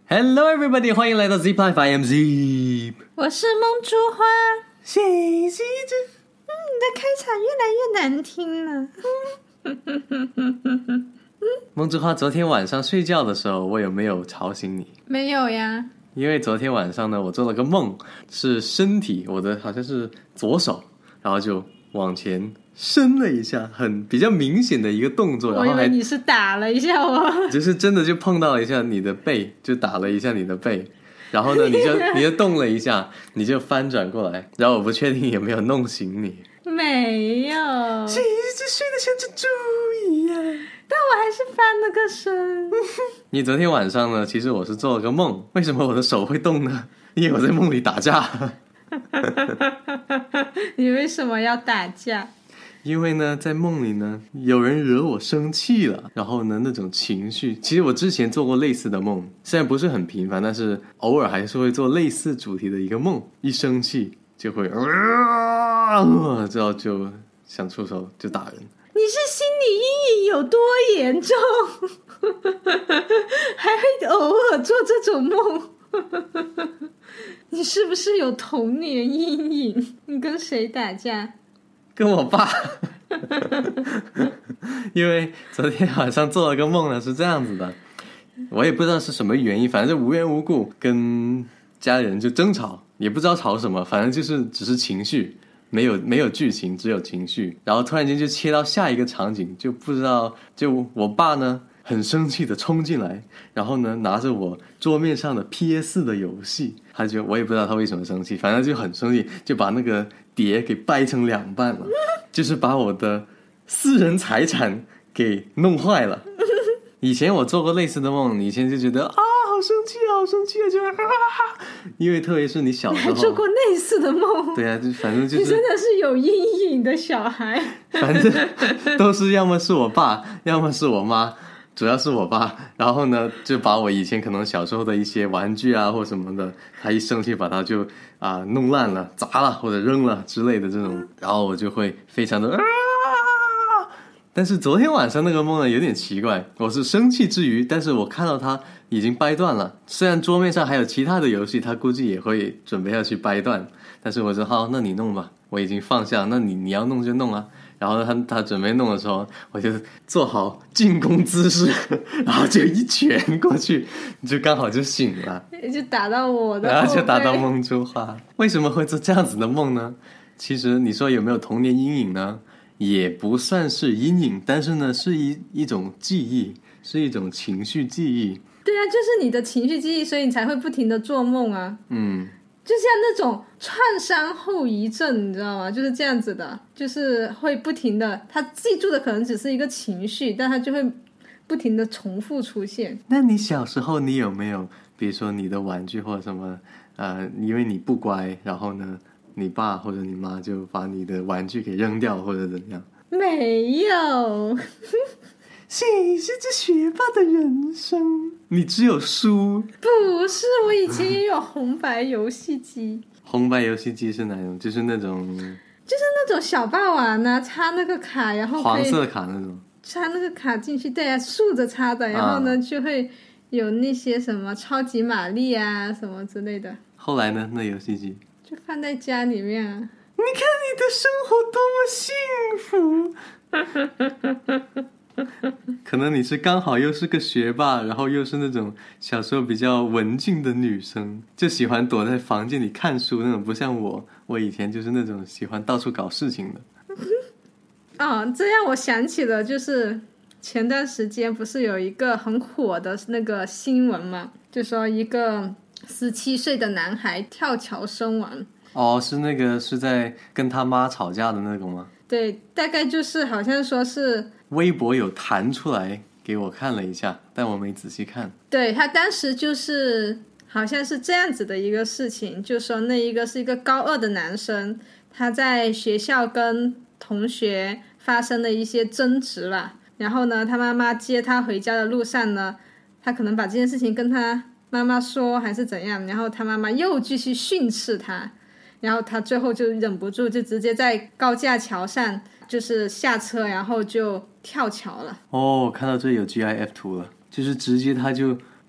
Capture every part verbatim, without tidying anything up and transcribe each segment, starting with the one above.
Hello everybody， 欢迎来到 Zip Life， I am Zip， 我是梦珠花。 谢谢这， 嗯，你的开场越来越难听了。 梦珠花，昨天晚上睡觉的时候，我有没有吵醒你？ 没有呀。 因为昨天晚上呢，我做了个梦，是身体，我的好像是左手，然后就往前伸了一下，很比较明显的一个动作，然后还我以为你是打了一下我， 就是真的就碰到了一下你的背，就打了一下你的背，然后呢，你就你就动了一下，你就翻转过来，然后我不确定有没有弄醒你。 没有， 谁一直睡得像只猪一样， 但我还是翻了个身。 你昨天晚上呢，其实我是做了个梦，为什么我的手会动呢？因为我在梦里打架。 你为什么要打架？ 因为呢，在梦里呢，有人惹我生气了，然后呢，那种情绪，其实我之前做过类似的梦，虽然不是很频繁，但是偶尔还是会做类似主题的一个梦，一生气就会，呃，之后就想出手就打人。 你是心理阴影有多严重，还会偶尔做这种梦？你是不是有童年阴影？你跟谁打架？ 跟我爸。因为昨天晚上做了个梦呢，是这样子的，我也不知道是什么原因，反正无缘无故跟家人就争吵，也不知道吵什么，反正就是只是情绪，没有没有剧情，只有情绪。然后突然间就切到下一个场景，就不知道，就我爸呢很生气的冲进来，然后呢拿着我桌面上的 P S 四 的游戏，他就我也不知道他为什么生气，反正就很生气，就把那个碟给掰成两半了，就是把我的私人财产给弄坏了。以前我做过类似的梦，以前就觉得啊好生气好生气啊，就啊，因为特别是你小时候， 你还做过类似的梦？ 对啊，就反正就是， 你真的是有阴影的小孩。 反正都是要么是我爸，要么是我妈，主要是我爸。然后呢，就把我以前可能小时候的一些玩具啊或什么的，他一生气把它就啊弄烂了、砸了或者扔了之类的这种，然后我就会非常的啊。但是昨天晚上那个梦呢有点奇怪，我是生气之余，但是我看到它已经掰断了，虽然桌面上还有其他的游戏，他估计也会准备要去掰断，但是我说好，那你弄吧，我已经放下，那你你要弄就弄啊。然后他他准备弄的时候，我就做好进攻姿势，然后就一拳过去，就刚好就醒了， 就打到我的， 然后就打到梦珠花。为什么会做这样子的梦呢？其实你说有没有童年阴影呢？也不算是阴影，但是呢是一一种记忆，是一种情绪记忆。 对啊，就是你的情绪记忆，所以你才会不停的做梦啊。 嗯， 就像那种创伤后遗症，你知道吗？就是这样子的，就是会不停的，他记住的可能只是一个情绪，但他就会不停的重复出现。 那你小时候你有没有，比如说你的玩具或者什么，呃，因为你不乖，然后呢你爸或者你妈就把你的玩具给扔掉或者怎样？ 没有。 谁是这学霸的人生？你只有输。 不是，我以前也有红白游戏机。 红白游戏机是哪种？就是那种就是那种小霸王啊，插那个卡，然后黄色卡那种， 插那个卡进去，对啊，竖着插的，然后呢、啊、就会有那些什么超级玛丽啊什么之类的。 后来呢，那游戏机就放在家里面啊。 你看你的生活多么幸福。可能你是刚好又是个学霸，然后又是那种小时候比较文静的女生，就喜欢躲在房间里看书那种，不像我，我以前就是那种喜欢到处搞事情的。 哦，这让我想起了，就是前段时间不是有一个很火的那个新闻嘛，就说一个十七岁的男孩跳桥身亡。 哦，是那个是在跟他妈吵架的那个吗？ 对，大概就是好像说是微博有弹出来给我看了一下，但我没仔细看。 对，他当时就是好像是这样子的一个事情，就说那一个是一个高二的男生，他在学校跟同学发生了一些争执吧，然后呢他妈妈接他回家的路上呢，他可能把这件事情跟他妈妈说还是怎样，然后他妈妈又继续训斥他，然后他最后就忍不住就直接在高架桥上就是下车，然后就跳桥了。 哦，看到这有 G I F 图了，就是直接他就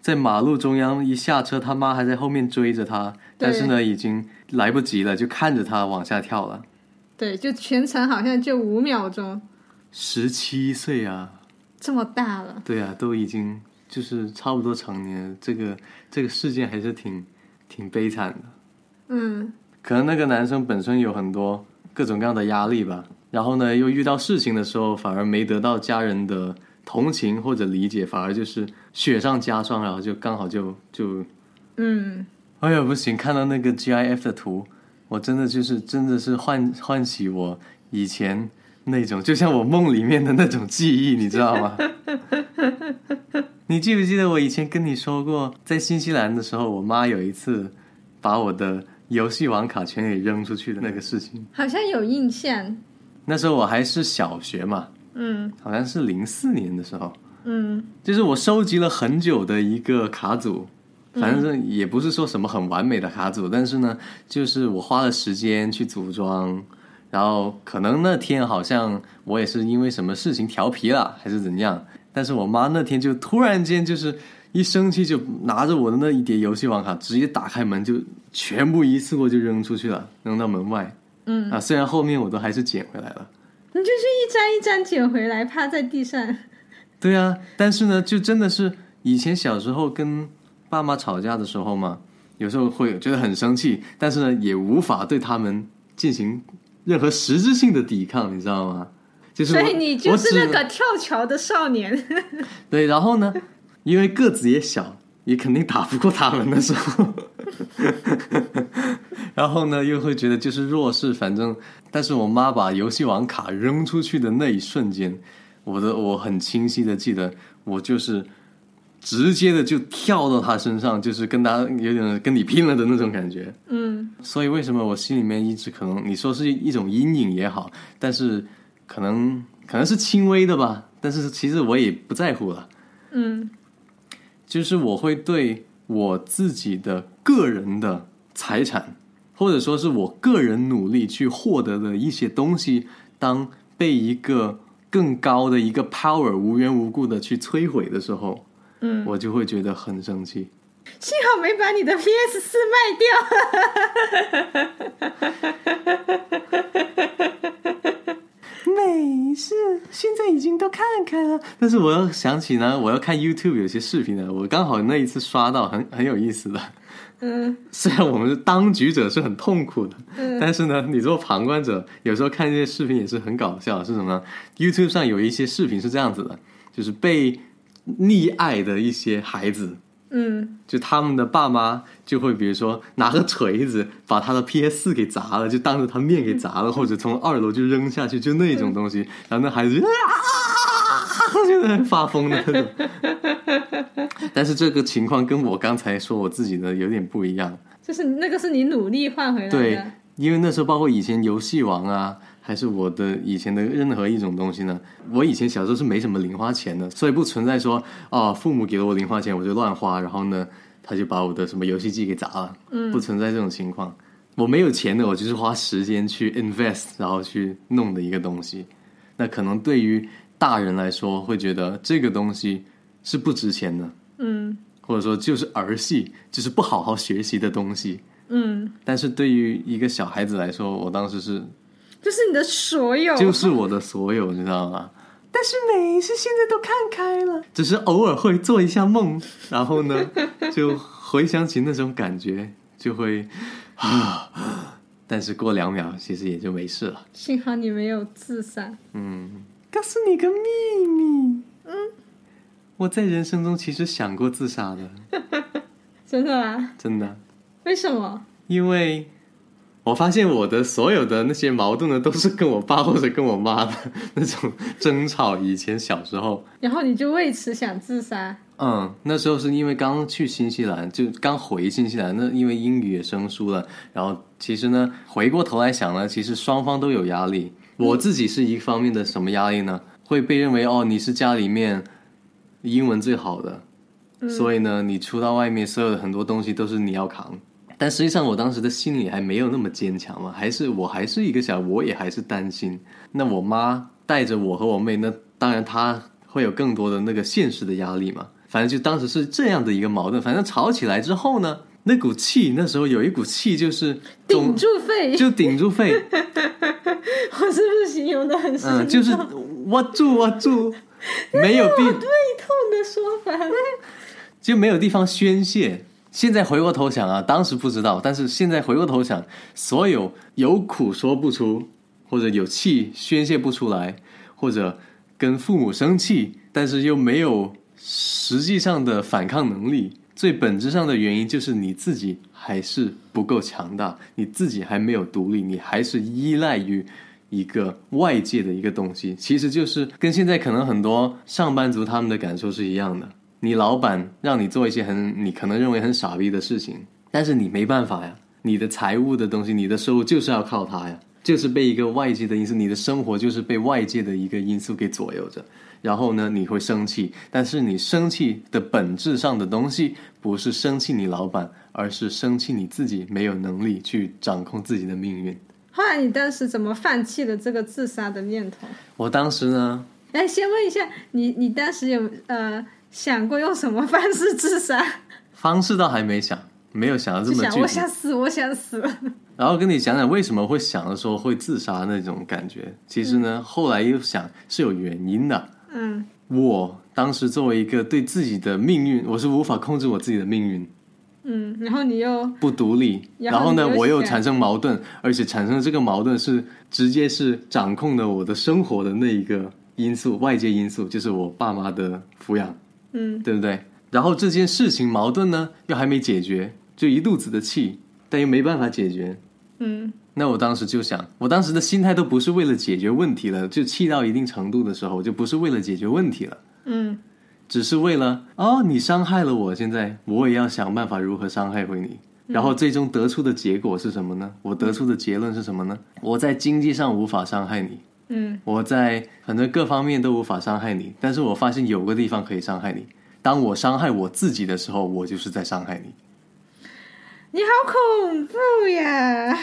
在马路中央一下车，他妈还在后面追着他，但是呢已经来不及了，就看着他往下跳了。 对，就全程好像就五秒钟。 十七岁啊， 这么大了。 对啊，都已经就是差不多成年了，这个这个事件还是挺挺悲惨的。 嗯， 可能那个男生本身有很多各种各样的压力吧，然后呢又遇到事情的时候反而没得到家人的同情或者理解，反而就是雪上加霜，然后就刚好就就嗯， 哎呀不行，看到那个 G I F 的图，我真的就是真的是唤唤起我以前那种就像我梦里面的那种记忆，你知道吗？你记不记得我以前跟你说过，在新西兰的时候，我妈有一次把我的游戏王卡全给扔出去的那个事情？ 好像有印象。 那时候我还是小学嘛， 嗯， 好像是零四年的时候， 嗯， 就是我收集了很久的一个卡组，反正也不是说什么很完美的卡组，但是呢，就是我花了时间去组装，然后可能那天好像我也是因为什么事情调皮了，还是怎样，但是我妈那天就突然间就是一生气就拿着我的那一叠游戏王卡，直接打开门就全部一次过就扔出去了，扔到门外。嗯啊，虽然后面我都还是捡回来了。 你就是一张一张捡回来，趴在地上。 对啊，但是呢，就真的是以前小时候跟爸妈吵架的时候嘛，有时候会觉得很生气，但是呢，也无法对他们进行任何实质性的抵抗，你知道吗？就是所以你就是那个跳桥的少年。 对，然后呢，因为个子也小，也肯定打不过他们的时候。然后呢，又会觉得就是弱势，反正，但是我妈把游戏王卡扔出去的那一瞬间，我的我很清晰的记得，我就是直接的就跳到他身上，就是跟他有点跟你拼了的那种感觉。 嗯， 所以为什么我心里面一直可能你说是一种阴影也好，但是可能可能是轻微的吧，但是其实我也不在乎了。 嗯， 就是我会对我自己的个人的财产，或者说是我个人努力去获得的一些东西，当被一个更高的一个 power 无缘无故的去摧毁的时候， 嗯， 我就会觉得很生气。 幸好没把你的 P S 四卖掉。 没事，现在已经都看开了。但是我要想起呢，我要看 YouTube 有些视频呢，我刚好那一次刷到很很有意思的。 嗯， 虽然我们当局者是很痛苦的， 嗯， 但是呢，你做旁观者，有时候看这些视频也是很搞笑。是什么呢 ？YouTube 上有一些视频是这样子的，就是被溺爱的一些孩子， 嗯， 就他们的爸妈就会比如说拿个锤子把他的 P S 四 给砸了，就当着他面给砸了，或者从二楼就扔下去，就那种东西，然后那孩子就啊，就在发疯的那种。但是这个情况跟我刚才说我自己的有点不一样， 就是那个是你努力换回来的。 对，因为那时候包括以前游戏王啊，还是我的以前的任何一种东西呢，我以前小时候是没什么零花钱的，所以不存在说哦，父母给了我零花钱我就乱花，然后呢他就把我的什么游戏机给砸了，嗯，不存在这种情况。我没有钱的，我就是花时间去 invest， 然后去弄的一个东西。那可能对于大人来说会觉得这个东西是不值钱的， 嗯， 或者说就是儿戏，就是不好好学习的东西， 嗯， 但是对于一个小孩子来说，我当时是就是你的所有， 就是我的所有，你知道吗？但是没事，现在都看开了，只是偶尔会做一下梦，然后呢就回想起那种感觉就会啊，但是过两秒其实也就没事了。 幸好你没有自杀。 嗯，告诉你个秘密，嗯，我在人生中其实想过自杀的。 真的吗？ 真的。 为什么？ 因为我发现我的所有的那些矛盾呢，都是跟我爸或者跟我妈的那种争吵。以前小时候， 然后你就为此想自杀。 嗯，那时候是因为刚去新西兰，就刚回新西兰，那因为英语也生疏了，然后其实呢，回过头来想呢，其实双方都有压力。我自己是一方面的什么压力呢？会被认为哦，你是家里面英文最好的，嗯，所以呢，你出到外面所有的很多东西都是你要扛。但实际上我当时的心里还没有那么坚强嘛，还是我还是一个小，我也还是担心。那我妈带着我和我妹，那当然她会有更多的那个现实的压力嘛。 反正就当时是这样的一个矛盾。反正吵起来之后呢，那股气，那时候有一股气就是顶住肺， 就顶住肺。 我是不是形容的很生动？ 嗯，就是握住握住，没有地对痛的说法， 就没有地方宣泄。现在回过头想啊，当时不知道，但是现在回过头想，所有有苦说不出，或者有气宣泄不出来，或者跟父母生气，但是又没有实际上的反抗能力，最本质上的原因就是你自己还是不够强大，你自己还没有独立，你还是依赖于一个外界的一个东西。其实就是跟现在可能很多上班族他们的感受是一样的，你老板让你做一些很你可能认为很傻逼的事情，但是你没办法呀，你的财务的东西，你的收入就是要靠它呀，就是被一个外界的因素，你的生活就是被外界的一个因素给左右着。然后呢，你会生气，但是你生气的本质上的东西不是生气你老板，而是生气你自己没有能力去掌控自己的命运。 后来你当时怎么放弃了这个自杀的念头？ 我当时呢， 哎，先问一下你，你当时有呃想过用什么方式自杀？ 方式倒还没想，没有想到这么具体。 想我想死，我想死。 然后跟你讲讲为什么会想着说会自杀那种感觉。其实呢，嗯、后来又想是有原因的。 嗯， 我当时作为一个对自己的命运，我是无法控制我自己的命运。 嗯，然后你又不独立，然后, 然后呢，我又产生矛盾，而且产生的这个矛盾是直接是掌控了我的生活的那一个因素，外界因素就是我爸妈的抚养， 嗯， 对不对？然后这件事情矛盾呢又还没解决，就一肚子的气，但又没办法解决， 嗯。 那我当时就想，我当时的心态都不是为了解决问题了，就气到一定程度的时候，就不是为了解决问题了， 嗯， 只是为了哦，你伤害了我，现在我也要想办法如何伤害回你。然后最终得出的结果是什么呢？我得出的结论是什么呢？我在经济上无法伤害你， 嗯， 我在反正各方面都无法伤害你，但是我发现有个地方可以伤害你。当我伤害我自己的时候，我就是在伤害你。 你好恐怖呀！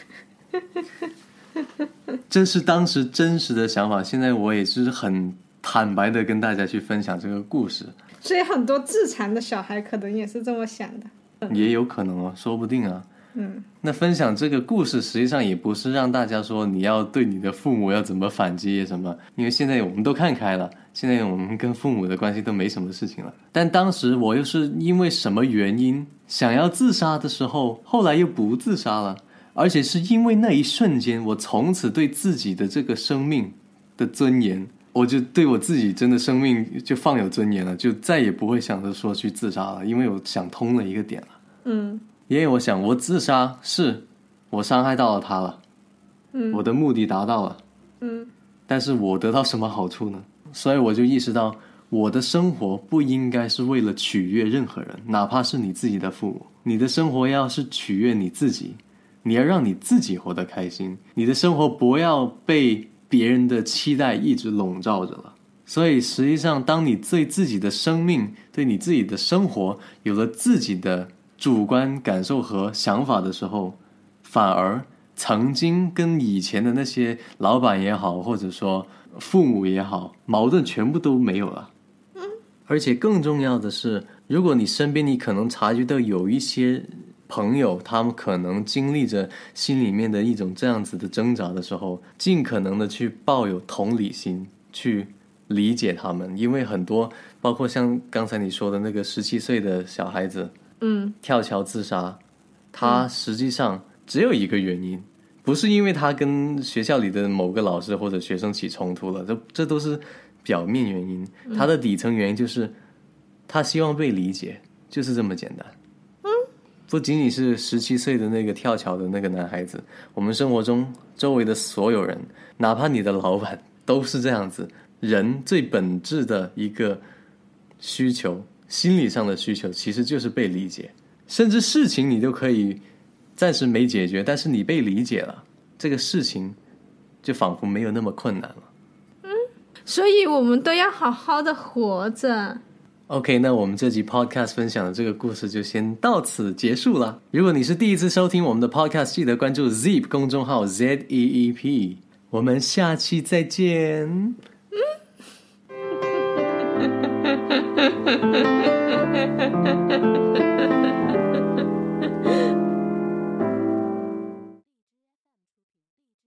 这是当时真实的想法，现在我也是很坦白的跟大家去分享这个故事。 所以很多自残的小孩可能也是这么想的， 也有可能哦，说不定啊。 嗯， 那分享这个故事实际上也不是让大家说你要对你的父母要怎么反击什么，因为现在我们都看开了，现在我们跟父母的关系都没什么事情了。但当时我又是因为什么原因想要自杀的时候，后来又不自杀了，而且是因为那一瞬间，我从此对自己的这个生命的尊严，我就对我自己真的生命就放有尊严了，就再也不会想着说去自杀了，因为我想通了一个点了。 嗯， 因为我想我自杀是我伤害到了他了， 嗯， 我的目的达到了， 嗯， 但是我得到什么好处呢？所以我就意识到我的生活不应该是为了取悦任何人，哪怕是你自己的父母。你的生活要是取悦你自己，你要让你自己活得开心，你的生活不要被别人的期待一直笼罩着了。所以实际上当你对自己的生命，对你自己的生活有了自己的主观感受和想法的时候，反而曾经跟以前的那些老板也好，或者说父母也好，矛盾全部都没有了。 嗯， 而且更重要的是，如果你身边你可能察觉到有一些朋友，他们可能经历着心里面的一种这样子的挣扎的时候，尽可能的去抱有同理心，去理解他们。因为很多包括像刚才你说的那个十七岁的小孩子， 嗯， 跳桥自杀，他实际上只有一个原因，不是因为他跟学校里的某个老师或者学生起冲突了，这这都是表面原因，他的底层原因就是他希望被理解，就是这么简单。 嗯， 不仅仅是十七岁的那个跳桥的那个男孩子，我们生活中周围的所有人，哪怕你的老板都是这样子。人最本质的一个需求，心理上的需求其实就是被理解，甚至事情你都可以暂时没解决，但是你被理解了，这个事情就仿佛没有那么困难了。 嗯，所以我们都要好好的活着。 OK， 那我们这集 podcast 分享的这个故事就先到此结束了。如果你是第一次收听我们的 podcast， 记得关注 Zeep 公众号 Z E E P， 我们下期再见。 嗯